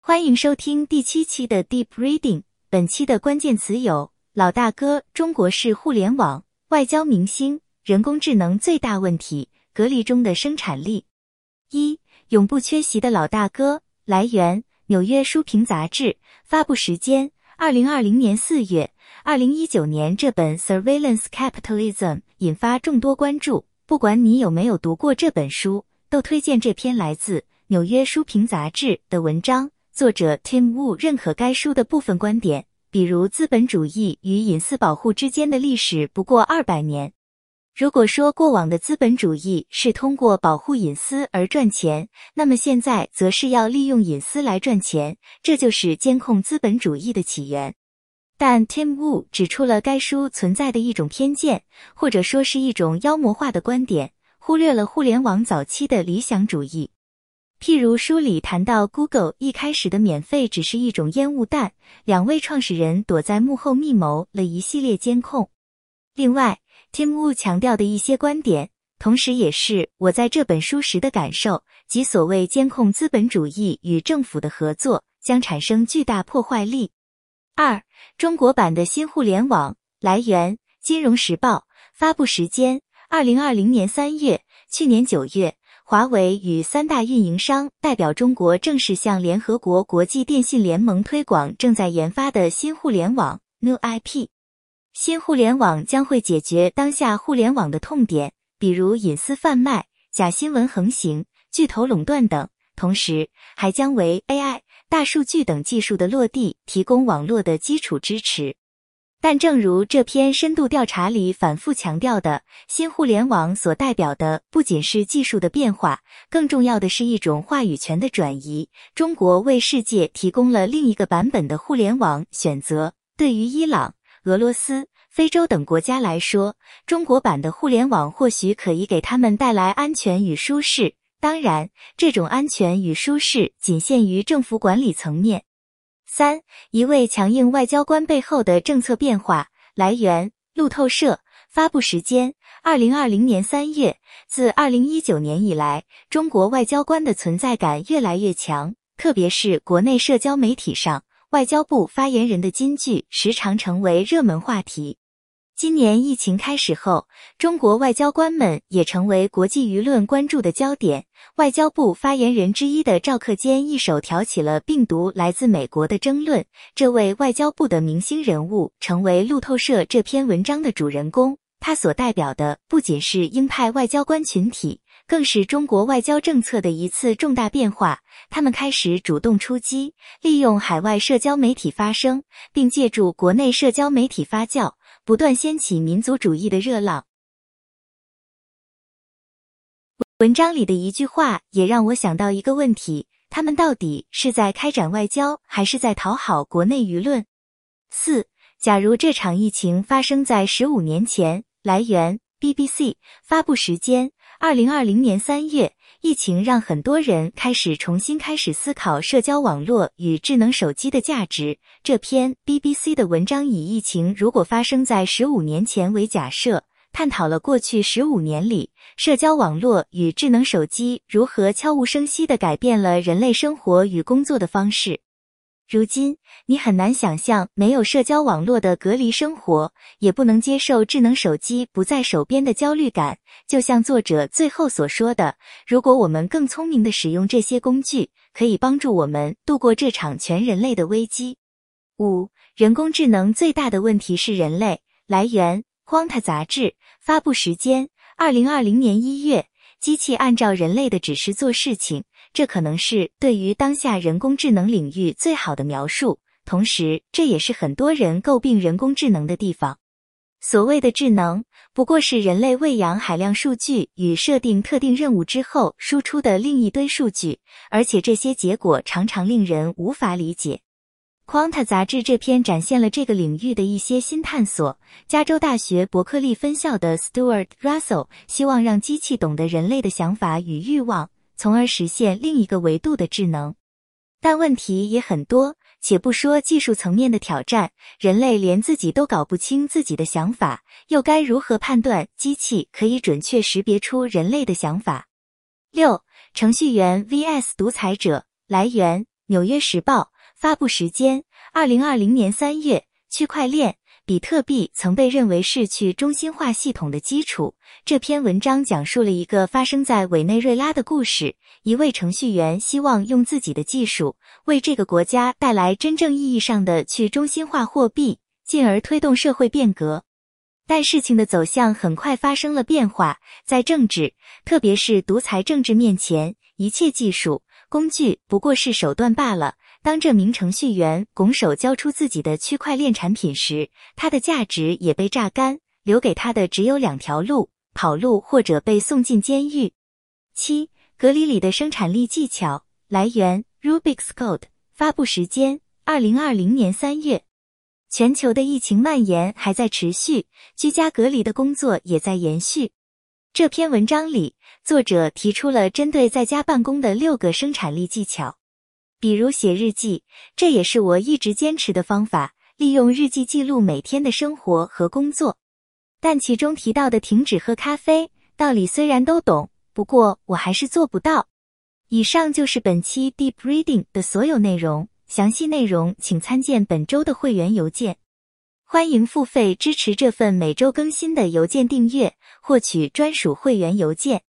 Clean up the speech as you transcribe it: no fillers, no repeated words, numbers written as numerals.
欢迎收听第7期的 Deep Reading， 本期的关键词有老大哥、中国式互联网、外交明星、人工智能最大问题、隔离中的生产力。1. 永不缺席的老大哥。来源：纽约书评杂志，发布时间2020年4月。2019年这本 Surveillance Capitalism 引发众多关注，不管你有没有读过这本书，都推荐这篇来自纽约书评杂志的文章。作者 Tim Wu 认可该书的部分观点，比如资本主义与隐私保护之间的历史不过200年。如果说过往的资本主义是通过保护隐私而赚钱，那么现在则是要利用隐私来赚钱，这就是监控资本主义的起源。但 Tim Wu 指出了该书存在的一种偏见，或者说是一种妖魔化的观点，忽略了互联网早期的理想主义。譬如书里谈到 Google 一开始的免费只是一种烟雾弹，2位创始人躲在幕后密谋了一系列监控。另外 Tim Wu 强调的一些观点，同时也是我在这本书时的感受，即所谓监控资本主义与政府的合作将产生巨大破坏力。2. 中国版的新互联网。来源：金融时报，发布时间2020年3月。去年9月，华为与3大运营商代表中国正式向联合国国际电信联盟推广正在研发的新互联网 New IP。 新互联网将会解决当下互联网的痛点，比如隐私贩卖、假新闻横行、巨头垄断等，同时还将为 AI、大数据等技术的落地提供网络的基础支持。但正如这篇深度调查里反复强调的，新互联网所代表的不仅是技术的变化，更重要的是一种话语权的转移。中国为世界提供了另一个版本的互联网选择，对于伊朗、俄罗斯、非洲等国家来说，中国版的互联网或许可以给他们带来安全与舒适，当然，这种安全与舒适仅限于政府管理层面。3. 一位强硬外交官背后的政策变化。来源：路透社，发布时间2020年3月。自2019年以来，中国外交官的存在感越来越强，特别是国内社交媒体上，外交部发言人的金句时常成为热门话题。今年疫情开始后，中国外交官们也成为国际舆论关注的焦点。外交部发言人之一的赵克坚一手挑起了病毒来自美国的争论，这位外交部的明星人物成为路透社这篇文章的主人公。他所代表的不仅是鹰派外交官群体，更是中国外交政策的一次重大变化。他们开始主动出击，利用海外社交媒体发声，并借助国内社交媒体发酵，不断掀起民族主义的热浪。文章里的一句话也让我想到一个问题，他们到底是在开展外交，还是在讨好国内舆论？4. 假如这场疫情发生在15年前。来源： BBC， 发布时间2020年3月。疫情让很多人重新思考社交网络与智能手机的价值。这篇 BBC 的文章以疫情如果发生在15年前为假设，探讨了过去15年里，社交网络与智能手机如何悄无声息地改变了人类生活与工作的方式。如今，你很难想象没有社交网络的隔离生活，也不能接受智能手机不在手边的焦虑感。就像作者最后所说的，如果我们更聪明地使用这些工具，可以帮助我们度过这场全人类的危机。5. 人工智能最大的问题是人类。来源： Quanta 杂志，发布时间2020年1月。机器按照人类的指示做事情，这可能是对于当下人工智能领域最好的描述，同时这也是很多人诟病人工智能的地方。所谓的智能，不过是人类喂养海量数据与设定特定任务之后输出的另一堆数据，而且这些结果常常令人无法理解。Quanta 杂志这篇展现了这个领域的一些新探索。加州大学伯克利分校的 Stuart Russell 希望让机器懂得人类的想法与欲望，从而实现另一个维度的智能。但问题也很多，且不说技术层面的挑战，人类连自己都搞不清自己的想法，又该如何判断机器可以准确识别出人类的想法？6. 程序员 vs 独裁者。来源： 纽约时报，发布时间：2020年3月。区块链，比特币曾被认为是去中心化系统的基础。这篇文章讲述了一个发生在委内瑞拉的故事，一位程序员希望用自己的技术，为这个国家带来真正意义上的去中心化货币，进而推动社会变革。但事情的走向很快发生了变化，在政治，特别是独裁政治面前，一切技术、工具不过是手段罢了。当这名程序员拱手交出自己的区块链产品时，他的价值也被榨干，留给他的只有2条路：跑路或者被送进监狱。7. 格里里的生产力技巧。来源 Rubik's Code， 发布时间2020年3月。全球的疫情蔓延还在持续，居家隔离的工作也在延续。这篇文章里，作者提出了针对在家办公的6个生产力技巧。比如写日记，这也是我一直坚持的方法，利用日记记录每天的生活和工作。但其中提到的停止喝咖啡，道理虽然都懂，不过我还是做不到。以上就是本期 Deep Reading 的所有内容，详细内容请参见本周的会员邮件。欢迎付费支持这份每周更新的邮件订阅，获取专属会员邮件。